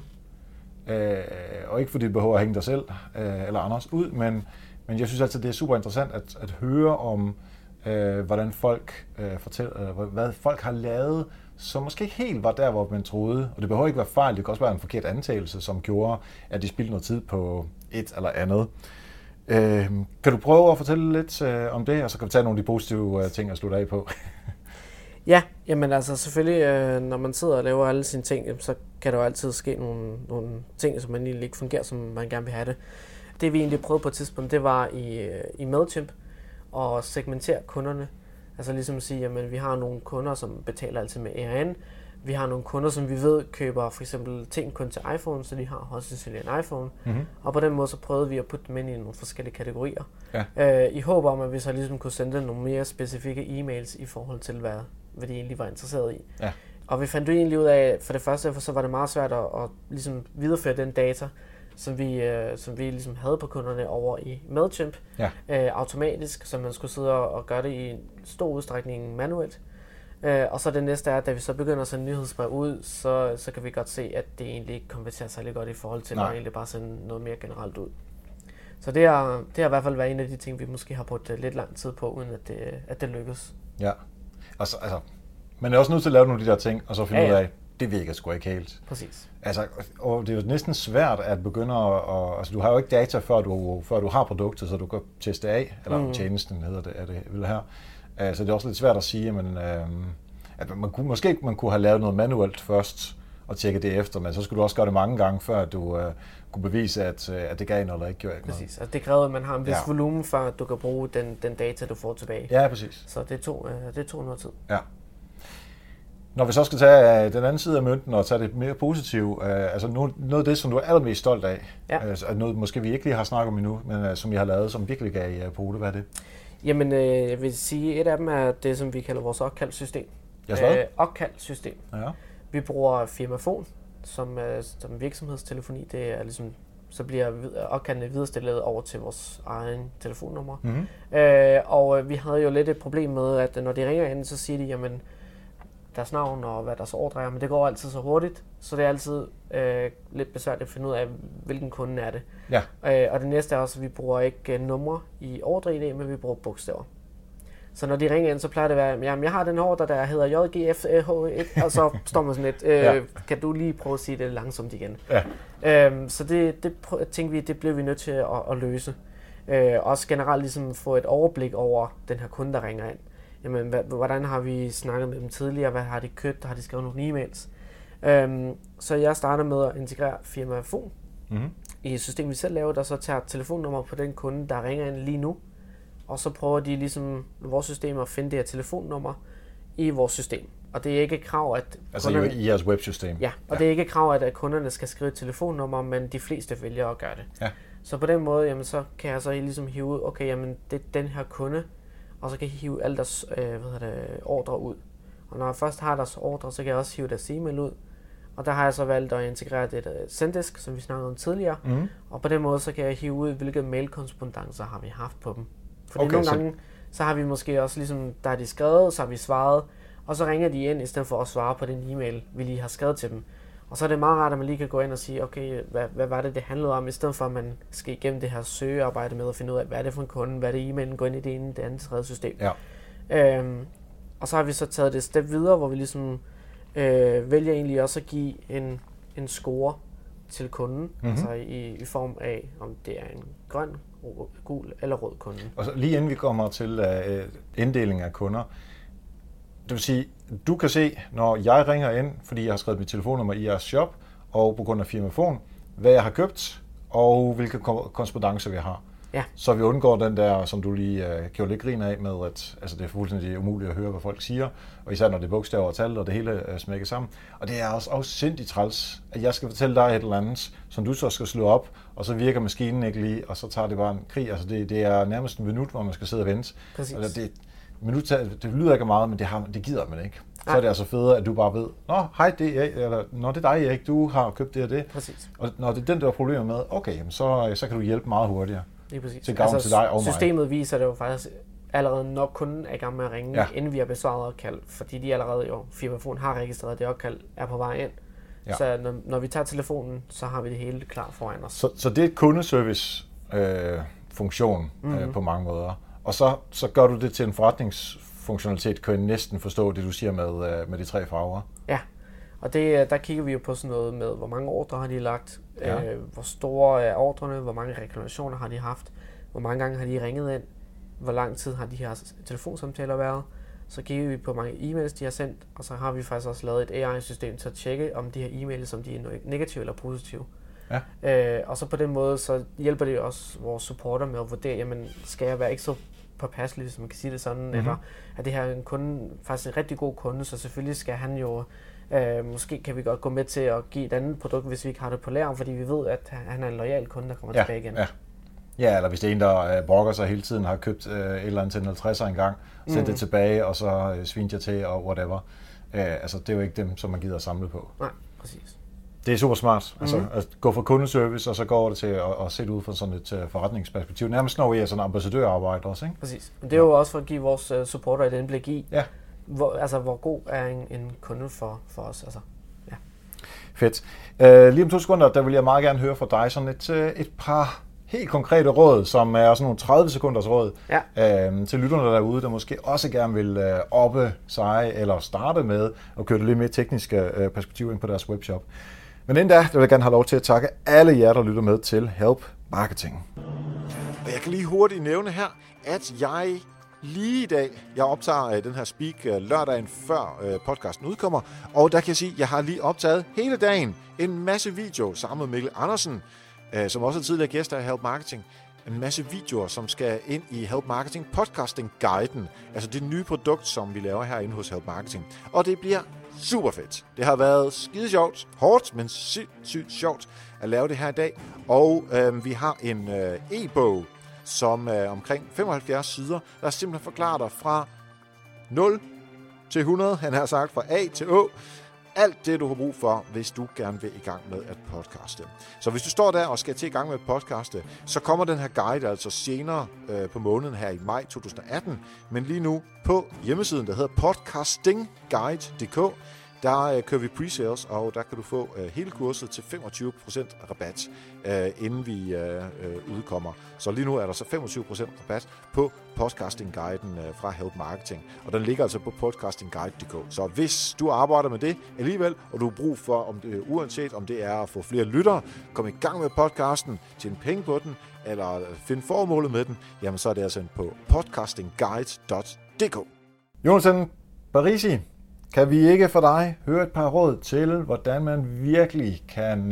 Og ikke fordi det behøver at hænge dig selv eller Anders ud, men jeg synes altid, det er super interessant at høre om, hvordan folk fortæller, hvad folk har lavet, som måske ikke helt var der, hvor man troede. Og det behøver ikke være fejl, det kan også være en forkert antagelse, som gjorde, at de spildte noget tid på et eller andet. Kan du prøve at fortælle lidt om det, og så kan vi tage nogle af de positive ting at slutte af på? Ja, jamen altså selvfølgelig, når man sidder og laver alle sine ting, så kan der jo altid ske nogle ting, som man egentlig ikke fungerer, som man gerne vil have det. Det vi egentlig prøvede på et tidspunkt, det var i MailChimp at segmentere kunderne. Altså ligesom at sige, at vi har nogle kunder, som betaler altid med ERN. Vi har nogle kunder, som vi ved køber for eksempel ting kun til iPhone, så de har også selvfølgelig en iPhone. Og på den måde så prøvede vi at putte dem ind i nogle forskellige kategorier. Ja. I håb om, at vi så ligesom kunne sende nogle mere specifikke e-mails i forhold til, hvad de egentlig var interesseret i. Ja. Og vi fandt jo egentlig ud af, for det første, så var det meget svært at ligesom videreføre den data, som vi ligesom havde på kunderne over i MailChimp, automatisk, så man skulle sidde og gøre det i en stor udstrækning manuelt. Og så det næste er, at da vi så begynder at sende nyhedsbrev ud, så kan vi godt se, at det egentlig ikke konverterer særlig godt i forhold til, at man egentlig bare sende noget mere generelt ud. Så det har i hvert fald været en af de ting, vi måske har brugt lidt lang tid på, uden at det lykkes. Ja, altså, man er også nødt til at lave nogle af de der ting, og så finde ud af, det virker sgu ikke helt. Præcis. Altså, og det er jo næsten svært at begynde altså du har jo ikke data, før du har produktet, så du kan teste af, eller tjenesten hedder det, er det vel her. Så det er også lidt svært at sige, at man kunne have lavet noget manuelt først, og tjekke det efter, men så skulle du også gøre det mange gange, før du kunne bevise, at det gav noget eller ikke gjorde noget. Præcis, altså det kræver, at man har en vis volumen, før du kan bruge den data, du får tilbage. Ja, præcis. Så det tog noget tid. Ja. Når vi så skal tage den anden side af mønten og tage det mere positive, altså noget af det, som du er allermest stolt af, altså noget måske vi ikke lige har snakket om endnu, men som I har lavet, som virkelig gav jer på det, hvad er det? Jamen, jeg vil sige, et af dem er det, som vi kalder vores opkaldsystem. Opkaldsystem. Ja. Vi bruger Firmafon som virksomhedstelefoni. Det er ligesom, så bliver opkaldene viderestillet over til vores egen telefonnummer. Og vi havde jo lidt et problem med, at når de ringer ind, så siger de, jamen, deres navn og hvad deres ordre er, men det går altid så hurtigt, så det er altid lidt besværligt at finde ud af, hvilken kunde er det. Ja. Og det næste er også, at vi bruger ikke numre i ordre-ID, men vi bruger bogstaver. Så når de ringer ind, så plejer det at være, jamen jeg har den ordre, der hedder JGFH1, og så står man sådan lidt, kan du lige prøve at sige det langsomt igen? Ja. Så det tænkte vi, det blev vi nødt til at løse. Også generelt ligesom få et overblik over den her kunde, der ringer ind. Jamen, hvordan har vi snakket med dem tidligere? Hvad har de købt? Har de skrevet nogle e-mails? Så jeg starter med at integrere Firmafon i et system, vi selv laver, der så tager telefonnummer på den kunde, der ringer ind lige nu. Og så prøver de ligesom vores system at finde det her telefonnummer i vores system. Og det er ikke et krav, at altså i jeres websystem? Ja, og det er ikke et krav, at kunderne skal skrive et telefonnummer, men de fleste vælger at gøre det. Ja. Så på den måde, jamen, så kan jeg så ligesom hive ud, okay, jamen, det er den her kunde, og så kan jeg hive alle deres ordre ud. Og når jeg først har deres ordre, så kan jeg også hive deres e-mail ud. Og der har jeg så valgt at integrere et Zendesk, som vi snakkede om tidligere. Og på den måde så kan jeg hive ud, hvilke mailkorrespondancer har vi haft på dem. Fordi nogle gange, så har vi måske også ligesom, der er de skrevet, så har vi svaret, og så ringer de ind, i stedet for at svare på den e-mail, vi lige har skrevet til dem. Og så er det meget rart, at man lige kan gå ind og sige, okay, hvad var det handlede om, i stedet for at man skal igennem det her søgearbejde med at finde ud af, hvad er det for en kunde, hvad er det e-mailen, går ind i det ene, det andet, tredje system. Ja. Og så har vi så taget det step videre, hvor vi ligesom vælger egentlig også at give en score til kunden, altså i form af, om det er en grøn, gul eller rød kunde. Og så lige inden vi kommer til inddeling af kunder, det vil sige, du kan se, når jeg ringer ind, fordi jeg har skrevet mit telefonnummer i jeres shop, og på grund af firmafon, hvad jeg har købt, og hvilke korrespondancer vi har. Ja. Så vi undgår den der, som du lige gjorde lidt grin af med, at altså, det er fuldstændig umuligt at høre, hvad folk siger, og især når det er bogstaver og tal, og det hele smækker sammen. Og det er også afsindigt træls, at jeg skal fortælle dig et eller andet, som du så skal slå op, og så virker maskinen ikke lige, og så tager det bare en krig. Altså det er nærmest en minut, hvor man skal sidde og vente. Altså, det lyder ikke meget, men det gider man ikke. Så er det altså federe, at du bare ved, hej, det er jeg, eller når det er dig, Erik, du har købt det og det. Præcis. Og når det er den, der er problemer med, okay, så kan du hjælpe meget hurtigere. Lige præcis. Til gavn til dig og mig. Systemet viser det jo faktisk allerede, når kunden er i gang med at ringe, inden vi har besvaret opkald, fordi de allerede jo, firmafon har registreret, at det opkald er på vej ind. Ja. Så når vi tager telefonen, så har vi det hele klar foran os. Så det er et kundeservice funktion på mange måder. Og så gør du det til en forretningsfunktionalitet, kan jeg næsten forstå det, du siger med de 3 farver. Ja, og der kigger vi jo på sådan noget med, hvor mange ordre har de lagt, hvor store er ordrene, hvor mange reklamationer har de haft, hvor mange gange har de ringet ind, hvor lang tid har de her telefonsamtaler været. Så kigger vi på, hvor mange e-mails de har sendt, og så har vi faktisk også lavet et AI-system til at tjekke, om de her e-mails, om de er negative eller positive. Ja. Og så på den måde, så hjælper det også vores supporter med at vurdere, jamen, skal jeg være ikke så påpasselig, hvis man kan sige det sådan, eller er det her en kunde, faktisk en rigtig god kunde, så selvfølgelig skal han jo, måske kan vi godt gå med til at give et andet produkt, hvis vi ikke har det på lager, fordi vi ved, at han er en loyal kunde, der kommer tilbage igen. Ja, eller hvis det er en, der brokker sig hele tiden, har købt et eller andet til en 50'er engang, sendt det tilbage, og så sviner jeg til, og whatever. Altså, det er jo ikke dem, som man gider at samle på. Nej, præcis. Det er super smart. Altså, at gå fra kundeservice, og så går det til at se det ud fra sådan et forretningsperspektiv. Nærmest når vi er sådan en ambassadørarbejde også, ikke? Præcis. Men det er jo også for at give vores supporter et indblik i, hvor god er en kunde for os. Altså, ja. Fedt. Lige om 2 sekunder, der vil jeg meget gerne høre fra dig sådan et par helt konkrete råd, som er sådan nogle 30 sekunders råd til lytterne derude, der måske også gerne vil oppe sig eller starte med at køre det lidt mere tekniske perspektiv ind på deres webshop. Men inden da, vil jeg gerne have lov til at takke alle jer, der lytter med til Help Marketing. Og jeg kan lige hurtigt nævne her, at jeg lige i dag, jeg optager den her speak lørdagen før podcasten udkommer, og der kan jeg sige, at jeg har lige optaget hele dagen en masse video sammen med Mikkel Andersen, som også er tidligere gæst af Help Marketing. En masse videoer, som skal ind i Help Marketing Podcasting Guiden, altså det nye produkt, som vi laver herinde hos Help Marketing. Og det bliver super fedt. Det har været skide sjovt, hårdt, men sygt sjovt at lave det her i dag. Og vi har en e-bog, som er omkring 75 sider, der simpelthen forklarer dig fra 0 til 100, han har sagt fra A til Å, alt det, du har brug for, hvis du gerne vil i gang med at podcaste. Så hvis du står der og skal til i gang med at podcaste, så kommer den her guide altså senere på måneden her i maj 2018. Men lige nu på hjemmesiden, der hedder podcastingguide.dk, der kører vi pre-sales, og der kan du få hele kurset til 25% rabat, inden vi udkommer. Så lige nu er der så 25% rabat på podcastingguiden fra Help Marketing, og den ligger altså på podcastingguide.dk. Så hvis du arbejder med det alligevel, og du har brug for, uanset om det er at få flere lyttere, komme i gang med podcasten, tjene penge på den, eller finde formålet med den, jamen så er det altså på podcastingguide.dk. Jonathan Parisi, kan vi ikke for dig høre et par råd til, hvordan man virkelig kan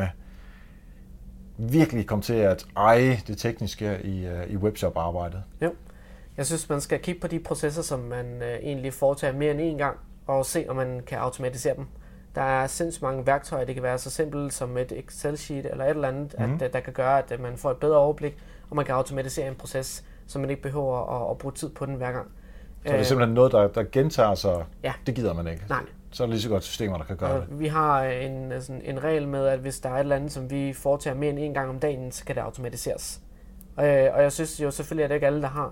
virkelig komme til at eje det tekniske i webshop-arbejdet? Jo, jeg synes, man skal kigge på de processer, som man egentlig foretager mere end en gang, og se, om man kan automatisere dem. Der er sindssygt mange værktøjer. Det kan være så simpelt som et Excel-sheet eller et eller andet, at der kan gøre, at man får et bedre overblik, og man kan automatisere en proces, så man ikke behøver at bruge tid på den hver gang. Så det er simpelthen noget, der gentager sig. Ja. Det gider man ikke. Nej. Så er det lige så godt systemer, der kan gøre det. Vi har en regel med, at hvis der er et eller andet, som vi foretager mere end en gang om dagen, så kan det automatiseres. Og jeg synes jo selvfølgelig, at det ikke alle, der har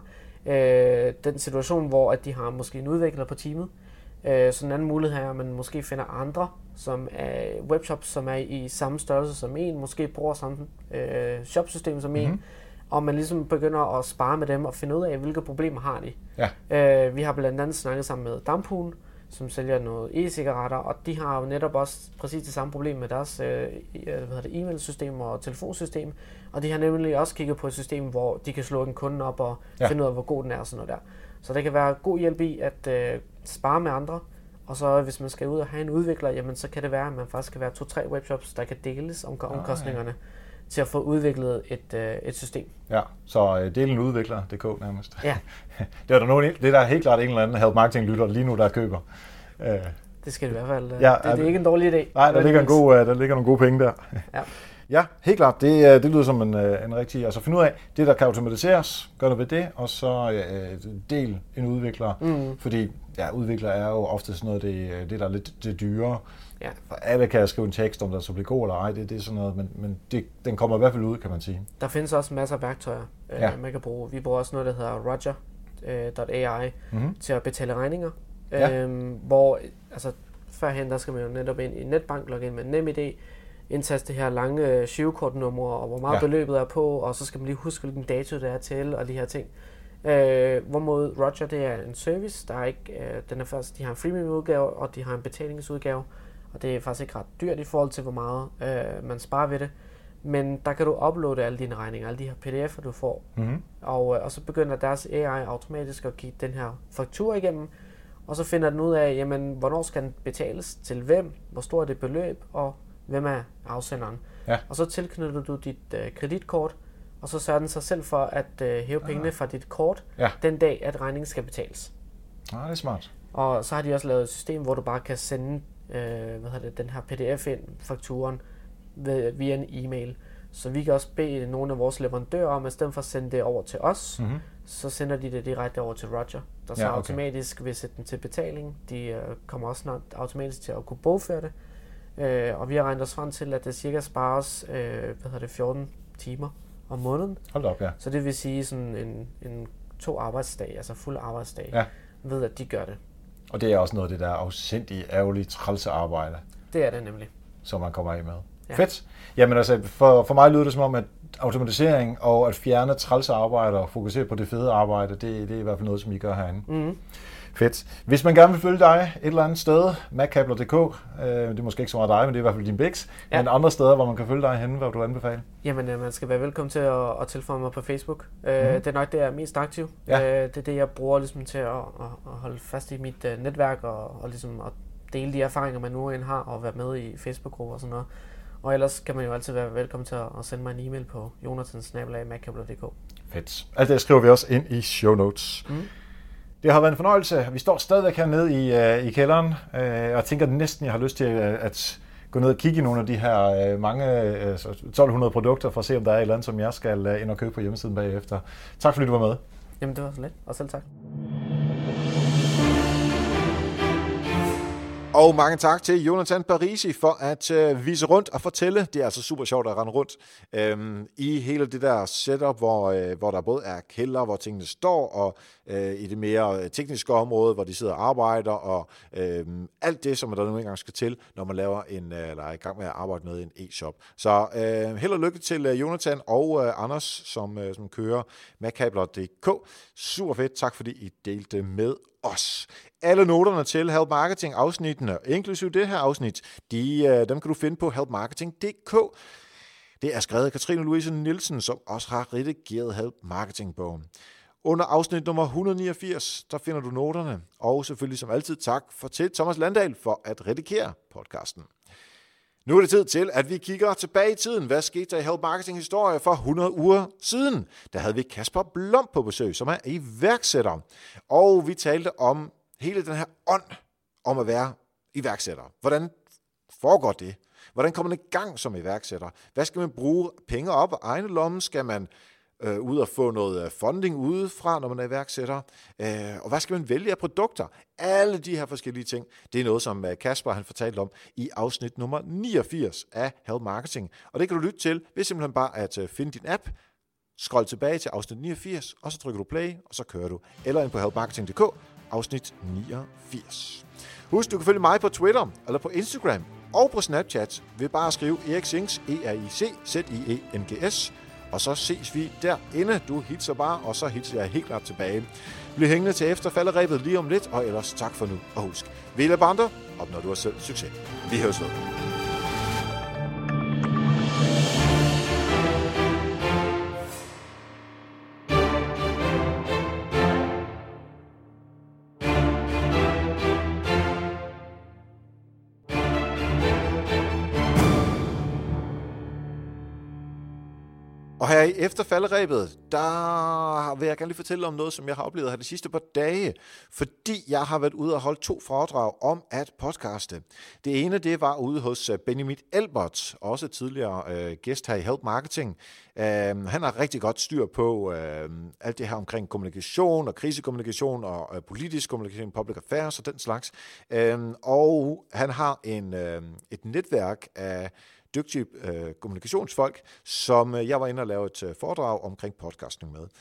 den situation, hvor at de har måske en udvikler på teamet. Så en anden mulighed er, at man måske finder andre, som er webshops, som er i samme størrelse som en, måske bruger samme shopsystem som en, og man ligesom begynder at spare med dem og finde ud af, hvilke problemer har de. Ja. Vi har blandt andet snakket sammen med Damphun, som sælger noget e-cigaretter, og de har jo netop også præcis det samme problem med deres e-mailsystem og telefonsystem, og de har nemlig også kigget på et system, hvor de kan slå en kunde op og finde ud af, hvor god den er og sådan noget der. Så der kan være god hjælp i at spare med andre, og så hvis man skal ud og have en udvikler, jamen så kan det være, at man faktisk kan være 2-3 webshops, der kan deles omkostningerne til at få udviklet et system. Ja, så delen udvikler.dk nærmest. Ja. Det er der helt klart en eller anden Help Marketing lytter lige nu, der køber. Det skal det i hvert fald. Det er ikke en dårlig idé. Nej, der ligger nogle gode penge der. Ja. Ja, helt klart. Det lyder som en rigtig... Altså finde ud af, det der kan automatiseres, gør noget ved det, og så del en udvikler. Fordi udvikler er jo ofte sådan noget, det der er lidt det dyre. Ja. For alle kan skrive en tekst, om der så bliver god eller ej, det er sådan noget, men den kommer i hvert fald ud, kan man sige. Der findes også masser af værktøjer, man kan bruge. Vi bruger også noget, der hedder Roger.ai til at betale regninger. Hvor, altså førhen, der skal man jo netop ind i netbank, logge ind med NemID, indtaste det her lange girokortnummer, og hvor meget beløbet er på, og så skal man lige huske, hvilken dato det er til, og de her ting. Hvorimod Roger, det er en service, der er ikke, de har en freemium-udgave, og de har en betalingsudgave, og det er faktisk ikke ret dyrt i forhold til, hvor meget man sparer ved det. Men der kan du uploade alle dine regninger, alle de her pdf'er, du får, og så begynder deres AI automatisk at give den her faktura igennem, og så finder den ud af, jamen, hvornår skal den betales til hvem, hvor stort er det beløb, og hvem er afsenderen. Ja. Og så tilknytter du dit kreditkort, og så sørger den sig selv for at hæve pengene fra dit kort, den dag, at regningen skal betales. Det er smart. Og så har de også lavet et system, hvor du bare kan sende den her pdf ind, fakturen, via en e-mail. Så vi kan også bede nogle af vores leverandører om, at i stedet for at sende det over til os, så sender de det direkte over til Roger, der så automatisk vil sætte den til betaling. De kommer også snart automatisk til at kunne bogføre det. Og vi har regnet os frem til, at det cirka spares 14 timer om måneden. Hold op, ja. Så det vil sige sådan en 2 arbejdsdage, altså fuld arbejdsdag, ved at de gør det. Og det er også noget af det der afsindig ærgerlige trælse arbejde. Det er det nemlig. Som man kommer af med. Ja. Fedt. Jamen altså, for mig lyder det som om, at automatisering og at fjerne trælse arbejde og fokusere på det fede arbejde, det er i hvert fald noget, som I gør herinde. Fedt. Hvis man gerne vil følge dig et eller andet sted, mackabler.dk, det er måske ikke så meget dig, men det er i hvert fald din biks, men andre steder, hvor man kan følge dig henne, hvad vil du anbefale? Jamen, man skal være velkommen til at tilføje mig på Facebook. Det er nok det, jeg er mest aktiv. Det er det, jeg bruger ligesom til at holde fast i mit netværk og ligesom at dele de erfaringer, man nu end har, og være med i Facebook-grupper og sådan noget. Og ellers kan man jo altid være velkommen til at sende mig en e-mail på jonathan@mackabler.dk. Fedt. Alt det skriver vi også ind i show notes. Det har været en fornøjelse. Vi står stadigvæk hernede i kælderen, og jeg tænker næsten, jeg har lyst til at gå ned og kigge i nogle af de her mange 1200 produkter, for at se, om der er et eller andet, som jeg skal ind og købe på hjemmesiden bagefter. Tak fordi du var med. Jamen, det var så let, og selv tak. Og mange tak til Jonathan Parisi for at vise rundt og fortælle. Det er altså super sjovt at rende rundt i hele det der setup, hvor der både er kælder, hvor tingene står, og i det mere tekniske område, hvor de sidder og arbejder, og alt det, som der nu engang skal til, når man laver eller er i gang med at arbejde med en e-shop. Så held og lykke til Jonathan og Anders, som kører mackabler.dk. Super fedt. Tak fordi I delte med os. Alle noterne til Help Marketing afsnittene, inklusive det her afsnit, dem kan du finde på helpmarketing.dk. Det er skrevet af Katrine Louise Nielsen, som også har redigeret Help Marketing-bogen. Under afsnit nummer 189, der finder du noterne, og selvfølgelig som altid tak til Thomas Landahl for at redigere podcasten. Nu er det tid til, at vi kigger tilbage i tiden. Hvad skete der i Help Marketing historie for 100 uger siden? Der havde vi Kasper Blom på besøg, som er iværksætter. Og vi talte om hele den her ånd om at være iværksætter. Hvordan foregår det? Hvordan kommer man i gang som iværksætter? Hvad skal man bruge penge op af egne lomme? Skal man ud og få noget funding udefra, når man er iværksætter. Og hvad skal man vælge af produkter? Alle de her forskellige ting, det er noget, som Kasper han fortalte om i afsnit nummer 89 af Help Marketing. Og det kan du lytte til ved simpelthen bare at finde din app, scroll tilbage til afsnit 89, og så trykker du play, og så kører du. Eller ind på helpmarketing.dk, afsnit 89. Husk, du kan følge mig på Twitter, eller på Instagram, og på Snapchat ved bare at skrive Erik Zings, ERICZIENGS, og så ses vi derinde. Du hilser bare, og så hilser jeg helt klart tilbage. Bliv hængende til efter falderebet lige om lidt, og ellers tak for nu. Og husk, vi hjælper andre, opnår du selv succes. Vi høres ved. Og her efter falderebet, der vil jeg gerne lige fortælle om noget, som jeg har oplevet her de sidste par dage, fordi jeg har været ude og holde 2 foredrag om at podcaste. Det ene, det var ude hos Benjamin Elbert, også tidligere gæst her i Help Marketing. Han har rigtig godt styr på alt det her omkring kommunikation og krisekommunikation og politisk kommunikation, public affairs og den slags. Og han har et netværk af dygtige kommunikationsfolk, som jeg var inde og lave et foredrag omkring podcasting med.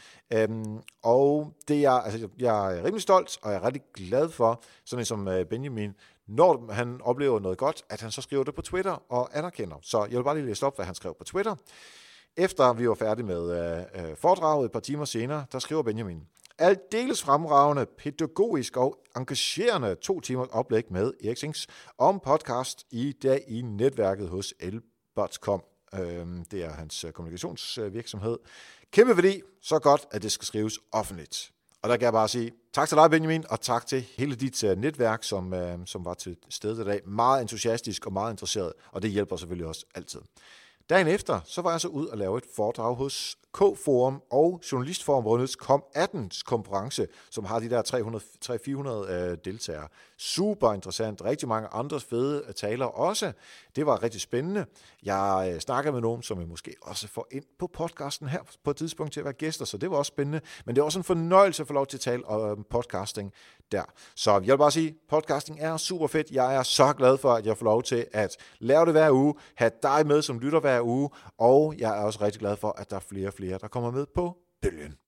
Og det er, jeg er rimelig stolt, og jeg er rigtig glad for, sådan som Benjamin, når han oplever noget godt, at han så skriver det på Twitter og anerkender. Så jeg vil bare lige læse op, hvad han skrev på Twitter. Efter vi var færdige med foredraget et par timer senere, der skriver Benjamin: aldeles fremragende, pædagogisk og engagerende 2 timers oplæg med Erik Zings om podcast i dag i netværket hos Elbert.com. Det er hans kommunikationsvirksomhed. Kæmpe værdi, så godt, at det skal skrives offentligt. Og der kan jeg bare sige tak til dig, Benjamin, og tak til hele dit netværk, som var til stede i dag. Meget entusiastisk og meget interesseret, og det hjælper selvfølgelig også altid. Dagen efter, så var jeg så ud og lave et foredrag hos K-Forum og Journalistforumrundets COM18's konference, som har de der 300-400 deltagere. Super interessant. Rigtig mange andre fede taler også. Det var rigtig spændende. Jeg snakker med nogen, som jeg måske også får ind på podcasten her på et tidspunkt til at være gæster, så det var også spændende. Men det er også en fornøjelse at få lov til at tale om podcasting der. Så jeg vil bare sige, podcasting er super fedt. Jeg er så glad for, at jeg får lov til at lave det hver uge, have dig med som lytter hver uge, og jeg er også rigtig glad for, at der er flere, der kommer med på bølgen.